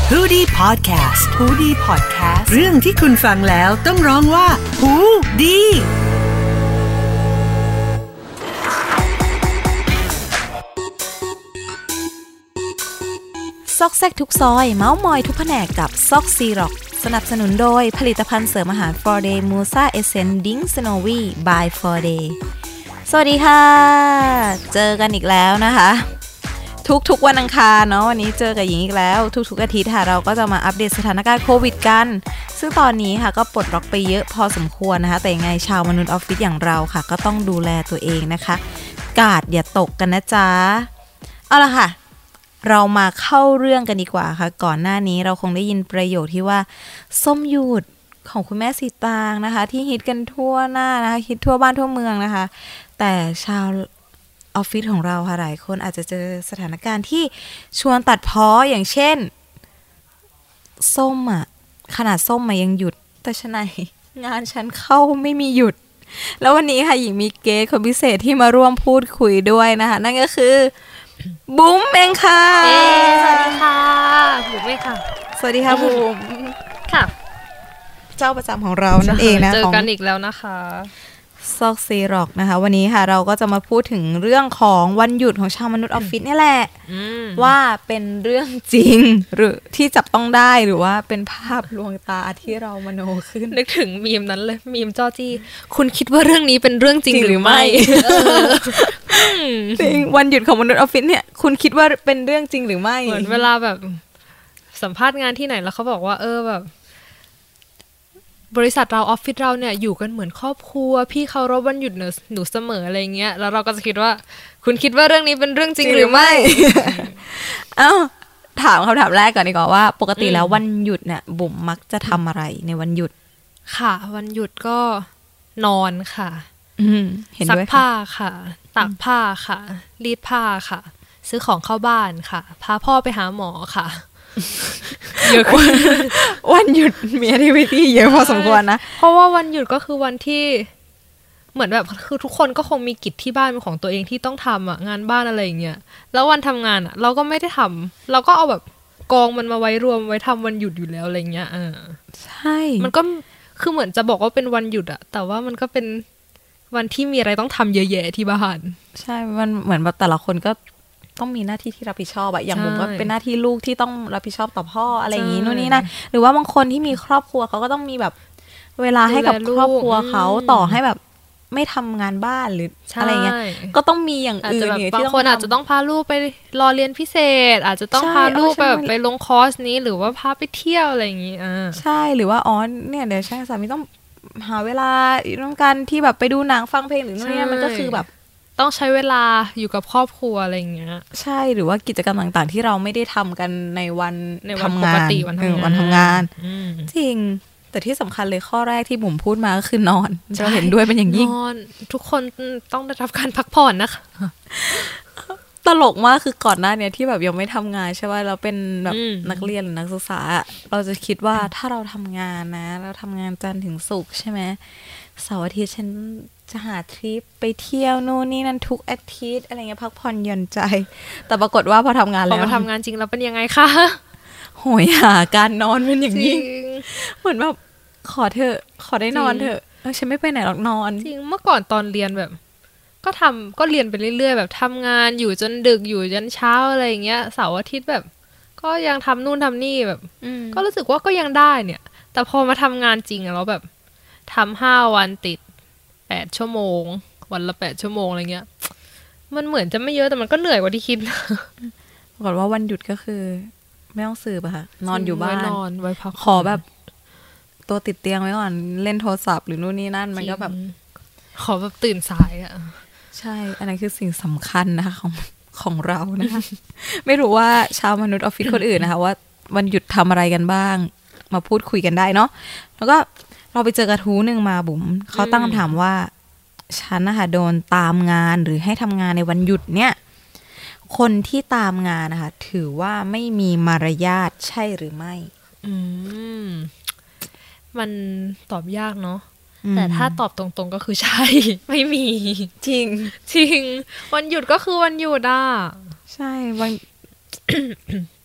ฮูดี้พอดแคสต์ฮูดี้พอดแคสต์เรื่องที่คุณฟังแล้วต้องร้องว่าฮูดีซอกแซกทุกซอยเม้ามอยทุกแผนกกับซอกซีร็อกสนับสนุนโดยผลิตภัณฑ์เสริมอาหาร 4day Musa Essence Drink Snowy by 4day สวัสดีค่ะเจอกันอีกแล้วนะคะทุกวันอังคารเนาะวันนี้เจอกับหญิงอีกแล้วทุกอาทิตย์ค่ะเราก็จะมาอัปเดตสถานการณ์โควิดกันซึ่งตอนนี้ค่ะก็ปลดล็อกไปเยอะพอสมควรนะคะแต่ยังไงชาวมนุษย์ออฟฟิศอย่างเราค่ะก็ต้องดูแลตัวเองนะคะกาดอย่าตกกันนะจ๊ะเอาล่ะค่ะเรามาเข้าเรื่องกันดีกว่าค่ะก่อนหน้านี้เราคงได้ยินประโยคที่ว่าส้มหยุดของคุณแม่สีตางนะคะที่ฮิตกันทั่วหน้านะคะฮิตทั่วบ้านทั่วเมืองนะคะแต่ชาวออฟฟิศของเราค่ะหลายคนอาจจะเจอสถานการณ์ที่ชวนตัดพ้ออย่างเช่นส้มอ่ะขนาดส้มมายังหยุดแต่ฉะนั้นงานฉันเข้าไม่มีหยุดแล้ววันนี้ค่ะหญิงมีเกสคนพิเศษที่มาร่วมพูดคุยด้วยนะคะนั่นก็คือบุ๋มเองค่ะสวัสดีค่ะบุ๋มเองค่ะสวัสดีค่ะบุ๋มค่ะเจ้าประจำของเรานั่นเองนะเจอกันอีกแล้วนะคะซอกซีร็อกนะคะวันนี้ค่ะเราก็จะมาพูดถึงเรื่องของวันหยุดของชาวมนุษย์ออฟฟิศนี่แหละว่าเป็นเรื่องจริงหรือที่จับต้องได้หรือว่าเป็นภาพลวงตาที่เรามโนขึ้นนึกถึงมีมนั้นเลยมีมจ้อจี้คุณคิดว่าเรื่องนี้เป็นเรื่องจริงหรือไม่จริงวันหยุดของมนุษย์ออฟฟิศเนี่ยคุณคิดว่าเป็นเรื่องจริงหรือไม่เหมือนเวลาแบบสัมภาษณ์งานที่ไหนแล้วเขาบอกว่าแบบบริษัทเราออฟฟิศเราเนี่ยอยู่กันเหมือนครอบครัวพี่เคารพวันหยุดหนูเสมออะไรเงี้ยแล้วเราก็จะคิดว่าคุณคิดว่าเรื่องนี้เป็นเรื่องจริงหรือไม่เอ้าถามคำถามแรกก่อนดีกว่าว่าปกติแล้ววันหยุดเนี่ยบุ๋มมักจะทำอะไรในวันหยุดค่ะวันหยุดก็นอนค่ะเห็นซักด้วยผ้าค่ะตากผ้าค่ะรีดผ้าค่ะซื้อของเข้าบ้านค่ะพาพ่อไปหาหมอค่ะเยอะกว่าวันหยุดมีแอคทิวิตี้เยอะพอสมควรนะเพราะว่าวันหยุดก็คือวันที่เหมือนแบบคือทุกคนก็คงมีกิจที่บ้านเป็นของตัวเองที่ต้องทำอ่ะงานบ้านอะไรอย่างเงี้ยแล้ววันทำงานอ่ะเราก็ไม่ได้ทำเราก็เอาแบบกองมันมาไว้รวมไว้ทำวันหยุดอยู่แล้วอะไรเงี้ยใช่มันก็คือเหมือนจะบอกว่าเป็นวันหยุดอ่ะแต่ว่ามันก็เป็นวันที่มีอะไรต้องทำเยอะแยะที่บ้านใช่มันเหมือนแบบแต่ละคนก็ต้องมีหน้าที่ที่รับผิดชอบอะอย่างผมก็เป็นหน้าที่ลูกที่ต้องรับผิดชอบต่อพ่ออะไรอย่างงี้นู่นนี่นั่นหรือว่าบางคนที่มีครอบครัวเขาก็ต้องมีแบบเวลาให้กับครอบครัวเขาต่อให้แบบไม่ทำงานบ้านหรืออะไรเงี้ยก็ต้องมีอย่างอื่นบางคนอาจจะต้องพาลูกไปรอเรียนพิเศษอาจจะต้องพาลูกแบบไปลงคอร์สนี้หรือว่าพาไปเที่ยวอะไรอย่างงี้ใช่หรือว่าเนี่ยเดี๋ยวช่างสามีต้องหาเวลาต้องการที่แบบไปดูหนังฟังเพลงหรือนู่นนี่มันก็คือแบบต้องใช้เวลาอยู่กับครอบครัวอะไรอย่างเงี้ยใช่หรือว่ากิจกรรมต่างๆที่เราไม่ได้ทำกันในวันทำงานปกติวันทำงานจริงแต่ที่สำคัญเลยข้อแรกที่บุ๋มพูดมาก็คือนอนเราเห็นด้วยเป็นอย่างยิ่งนอนทุกคนต้องได้รับการพักผ่อนนะคะตลกมากคือก่อนหน้านี้ที่แบบยังไม่ทำงานใช่ป่ะเราเป็นแบบนักเรียนหรือนักศึกษาเราจะคิดว่าถ้าเราทำงานนะเราทำงานจันทร์ถึงศุกร์ใช่ไหมเสาร์อาทิตย์ฉันจะหาทริปไปเที่ยวนู่นนี่นั่นทุกอาทิตย์อะไรเงี้ยพักผ่อนหย่อนใจแต่ปรากฏว่าพอทำงานแล้วพอมาทำงานจริงแล้วเป็นยังไงคะโหยหาการนอนเป็นอย่างยิ่งเหมือนแบบขอเถอะขอได้นอนเถอะฉันไม่ไปไหนหรอกนอนจริงเมื่อก่อนตอนเรียนแบบก็เรียนไปเรื่อยๆแบบทำงานอยู่จนดึกอยู่จนเช้าอะไรอย่างเงี้ยเสาร์อาทิตย์แบบก็ยังทำนู่นทำนี่แบบก็รู้สึกว่าก็ยังได้เนี่ยแต่พอมาทำงานจริงอะเราแบบทำ5 วันติด8 ชั่วโมงวันละ8 ชั่วโมงอะไรเงี้ยมันเหมือนจะไม่เยอะแต่มันก็เหนื่อยกว่าที่คิดปรากฏว่าวันหยุดก็คือไม่ต้องสืบอะค่ะนอนอยู่บ้านนอนไว้พักขอแบบตัวติดเตียงไว้ก่อนเล่นโทรศัพท์หรือนู่นนี่นั่นมันก็แบบขอแบบตื่นสายอะใช่อันนั้นคือสิ่งสำคัญนะคะของเรานะคะ ไม่รู้ว่าชาวมนุษย์ออฟฟิศคนอื่นนะคะว่าวันหยุดทำอะไรกันบ้างมาพูดคุยกันได้เนาะแล้วก็เราไปเจอกระทู้หนึ่งมาบุ๋มเขาตั้งคำถามว่าฉันนะคะโดนตามงานหรือให้ทำงานในวันหยุดเนี่ยคนที่ตามงานนะคะถือว่าไม่มีมารยาทใช่หรือไม่มันตอบยากเนาะ แต่ถ้าตอบตรงๆก็คือใช่ไม่มีจริงจริงวันหยุดก็คือวันหยุดอ่ะใช่วัน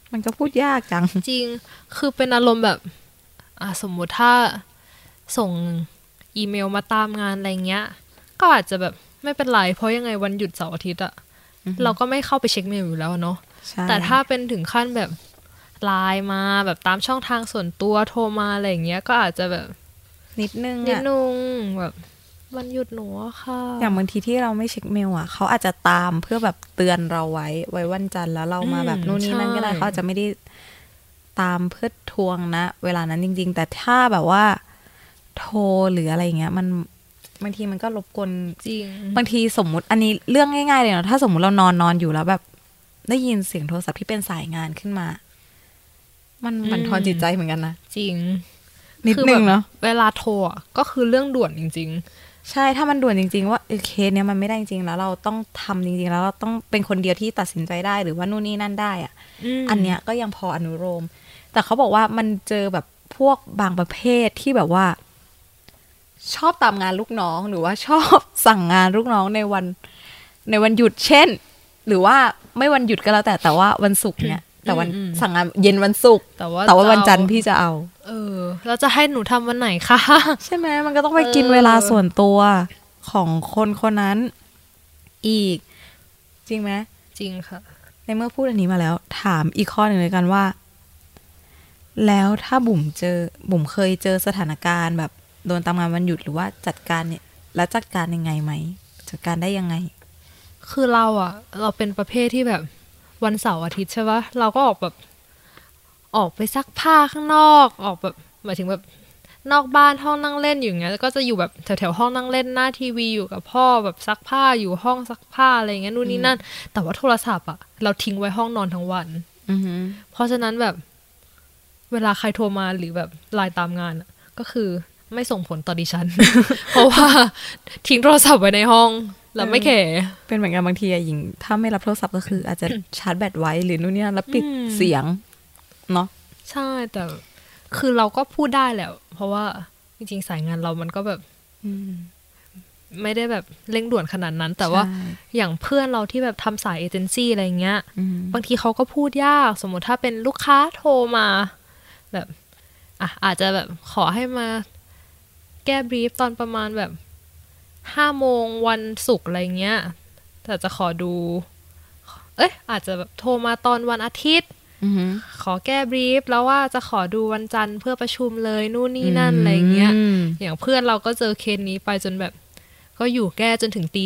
มันก็พูดยากจังจริงคือเป็นอารมณ์แบบสมมุติถ้าส่งอีเมลมาตามงานอะไรเงี้ยก็อาจจะแบบไม่เป็นไรเพราะยังไงวันหยุดเสาร์อาทิตย์เราก็ไม่เข้าไปเช็คเมลอยู่แล้วเนาะแต่ถ้าเป็นถึงขั้นแบบไลน์มาแบบตามช่องทางส่วนตัวโทรมาอะไรอย่างเงี้ยก็อาจจะแบบนิดนึงแบบวันหยุดหนูค่ะอย่างบางทีที่เราไม่เช็คเมลเขาอาจจะตามเพื่อแบบเตือนเราไว้วันจันทร์แล้วเรามาแบบนู่นนี่นั่นก็ได้เขาอาจจะไม่ได้ตามเพื่อทวงนะเวลานั้นจริงๆแต่ถ้าแบบว่าโทรหรืออะไรเงี้ยมันบางทีมันก็รบกวนจริงบางทีสมมุติอันนี้เรื่องง่ายๆเลยเนาะถ้าสมมุติเรานอนอยู่แล้วแบบได้ยินเสียงโทรศัพท์ที่เป็นสายงานขึ้นมามันบั่นทอนจิตใจเหมือนกันนะจริงนิดนึงเนาะเวลาโทรก็คือเรื่องด่วนจริงๆใช่ถ้ามันด่วนจริงๆว่าเคสเนี้ยมันไม่ได้จริงๆแล้วเราต้องทำจริงๆแล้วเราต้องเป็นคนเดียวที่ตัดสินใจได้หรือว่านู่นนี่นั่นได้อันเนี้ยก็ยังพออนุโลมแต่เขาบอกว่ามันเจอแบบพวกบางประเภทที่แบบว่าชอบตามงานลูกน้องหรือว่าชอบสั่งงานลูกน้องในวันหยุดเช่นหรือว่าไม่วันหยุดก็แล้วแต่ว่าวันศุกร์เนี่ยแต่วันสั่งงานเย็นวันศุกร์แต่ว่าวันจันทร์พี่จะเอาเราจะให้หนูทำวันไหนคะใช่ไหมมันก็ต้องไปกินเวลาส่วนตัวของคนนั้นอีกจริงไหมจริงค่ะในเมื่อพูดอันนี้มาแล้วถามอีกข้อหนึ่งเลยกันว่าแล้วถ้าบุ๋มเคยเจอสถานการณ์แบบโดนตามงานวันหยุดหรือว่าจัดการเนี่ยแล้วจัดการยังไงไหมจัดการได้ยังไงคือเราเป็นประเภทที่แบบวันเสาร์อาทิตย์ใช่ปะเราก็ออกไปซักผ้าข้างนอกออกแบบหมายถึงแบบนอกบ้านห้องนั่งเล่นอยู่อย่างเงี้ยแล้วก็จะอยู่แบบแถวๆห้องนั่งเล่นหน้าทีวีอยู่กับพ่อแบบซักผ้าอยู่ห้องซักผ้าอะไรอย่างเงี้ยนู่นนี่นั่นแต่ว่าโทรศัพท์เราทิ้งไว้ห้องนอนทั้งวันเพราะฉะนั้นแบบเวลาใครโทรมาหรือแบบไลน์ตามงานก็คือไม่ส่งผลต่อดิฉัน เพราะว่าทิ้งโทรศัพท์ไว้ในห้องแล้วไม่แคร์เป็นเหมือนกันบางทีหญิงถ้าไม่รับโทรศัพท์ก็คืออาจจะชาร์จแบตไว้หรือนู่นนี่แล้วปิดเสียงเนาะใช่แต่คือเราก็พูดได้แหละเพราะว่าจริงๆสายงานเรามันก็แบบไม่ได้แบบเร่งด่วนขนาดนั้นแต่ว่าอย่างเพื่อนเราที่แบบทำสายเอเจนซี่อะไรเงี้ยบางทีเขาก็พูดยากสมมติถ้าเป็นลูกค้าโทรมาแบบอาจจะแบบขอให้มาแก้บรีฟตอนประมาณแบบ5 โมงวันศุกร์อะไรเงี้ยแต่จะขอดูอาจจะแบบโทรมาตอนวันอาทิตย์ขอแก้บรีฟแล้วว่าจะขอดูวันจันทร์เพื่อประชุมเลยนู่นนี่นั่นอะไรเงี้ยอย่างเพื่อนเราก็เจอเคสนี้ไปจนแบบก็อยู่แก้จนถึงตี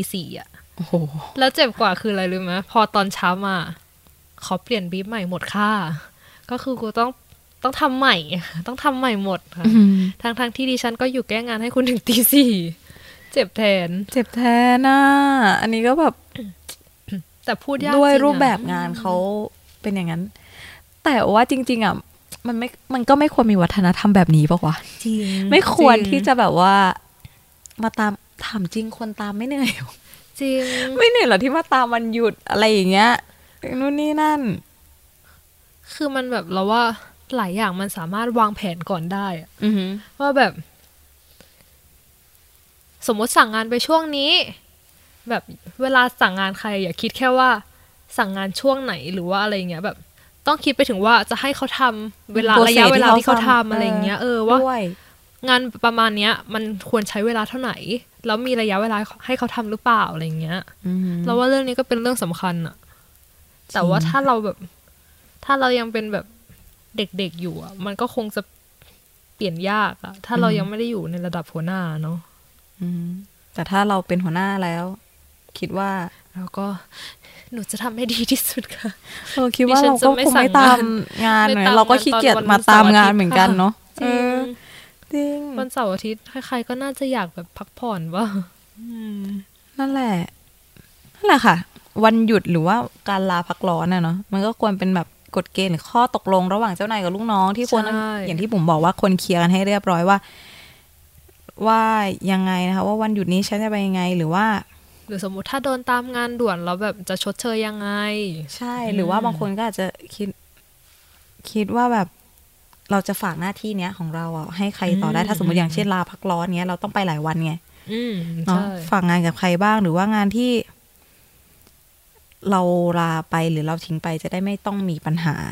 4แล้วเจ็บกว่าคืออะไรรู้ไหมพอตอนเช้ามาขอเปลี่ยนบรีฟใหม่หมดค่าก็คือกูต้องทำใหม่ต้องทำใหม่หมดค่ะทั้งที่ดิฉันก็อยู่แก้งานให้คุณถึงตี 4เจ็บแทนน่ะอันนี้ก็แบบแต่พูดยากด้วยรูปแบบงานเขาเป็นอย่างนั้นแต่ว่าจริงๆมันก็ไม่ควรมีวัฒนธรรมแบบนี้ป่ะวะจริงไม่ควรที่จะแบบว่ามาตามถามจริงคนตามไม่เหนื่อยจริงไม่เหนื่อยหรอที่มาตามวันหยุดอะไรอย่างเงี้ยนู่นนี่นั่นคือมันแบบเราว่าหลายอย่างมันสามารถวางแผนก่อนได้ว่าแบบสมมติสั่งงานไปช่วงนี้แบบเวลาสั่งงานใครอย่าคิดแค่ว่าสั่งงานช่วงไหนหรือว่าอะไรเงี้ยแบบต้องคิดไปถึงว่าจะให้เขาทำระยะเวลาที่เขาทำอะไรเงี้ยว่างานประมาณเนี้ยมันควรใช้เวลาเท่าไหร่แล้วมีระยะเวลาให้เขาทำหรือเปล่าอะไรเงี้ยเราว่าเรื่องนี้ก็เป็นเรื่องสำคัญอะแต่ว่าถ้าเรายังเป็นแบบเด็กๆอยู่มันก็คงจะเปลี่ยนยากถ้าเรายังไม่ได้อยู่ในระดับหัวหน้าเนาะแต่ถ้าเราเป็นหัวหน้าแล้วคิดว่าเราก็หนูจะทำให้ดีที่สุดค่ะคิดว่าเราก็คงไม่ตามงานเราก็ขี้เกียจมาตามงานเหมือนกันเนาะจริงวันเสาร์อาทิตย์ใครๆก็น่าจะอยากแบบพักผ่อนว่านั่นแหละค่ะวันหยุดหรือว่าการลาพักร้อนเนาะมันก็ควรเป็นแบบกฎเกณฑ์หรือข้อตกลงระหว่างเจ้านายกับลูกน้องที่ควรอย่างที่ผมบอกว่าคนเคลียร์กันให้เรียบร้อยว่ายังไงนะคะว่าวันหยุดนี้ฉันจะไปยังไงหรือสมมุติถ้าโดนตามงานด่วนแล้วแบบจะชดเชยยังไงใช่หรือว่าบางคนก็อาจจะคิดว่าแบบเราจะฝากหน้าที่เนี้ยของเราให้ใครต่อได้ถ้าสมมติอย่างเช่นลาพักร้อนเนี้ยเราต้องไปหลายวันไงเนาะฝากงานกับใครบ้างหรือว่างานที่เราลาไปหรือเราทิ้งไปจะได้ไม่ต้องมีปัญหา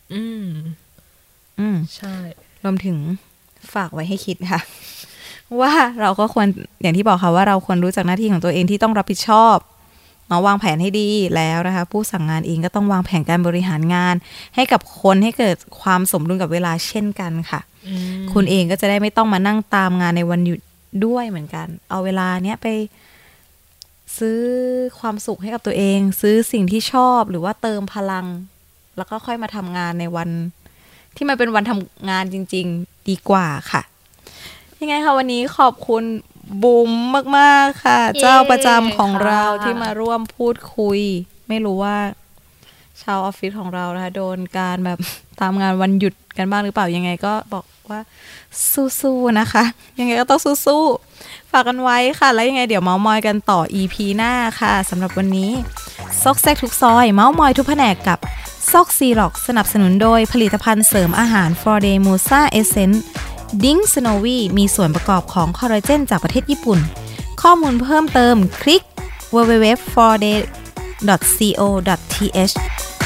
ใช่รวมถึงฝากไว้ให้คิดค่ะว่าเราก็ควรอย่างที่บอกค่ะว่าเราควรรู้จักหน้าที่ของตัวเองที่ต้องรับผิดชอบมาวางแผนให้ดีแล้วนะคะผู้สั่งงานเองก็ต้องวางแผนการบริหารงานให้กับคนให้เกิดความสมดุลกับเวลาเช่นกันค่ะคุณเองก็จะได้ไม่ต้องมานั่งตามงานในวันหยุดด้วยเหมือนกันเอาเวลาเนี้ยไปซื้อความสุขให้กับตัวเองซื้อสิ่งที่ชอบหรือว่าเติมพลังแล้วก็ค่อยมาทำงานในวันที่มันเป็นวันทำงานจริงๆดีกว่าค่ะยังไงคะวันนี้ขอบคุณบุ๋มมากๆค่ะเจ้าประจำของเราที่มาร่วมพูดคุยไม่รู้ว่าชาวออฟฟิศของเรานะคะโดนการแบบตามงานวันหยุดกันบ้างหรือเปล่ายังไงก็บอกว่าสู้ๆนะคะยังไงก็ต้องสู้ๆฝากกันไว้ค่ะแล้วยังไงเดี๋ยวเม้ามอยกันต่อ EP หน้าค่ะสำหรับวันนี้ซอกแซกทุกซอยเม้ามอยทุกแผนกกับซอกซีล็อกสนับสนุนโดยผลิตภัณฑ์เสริมอาหาร 4day Musa Essence Ding Snowy มีส่วนประกอบของคอลลาเจนจากประเทศญี่ปุ่นข้อมูลเพิ่มเติมคลิก www.4day.co.th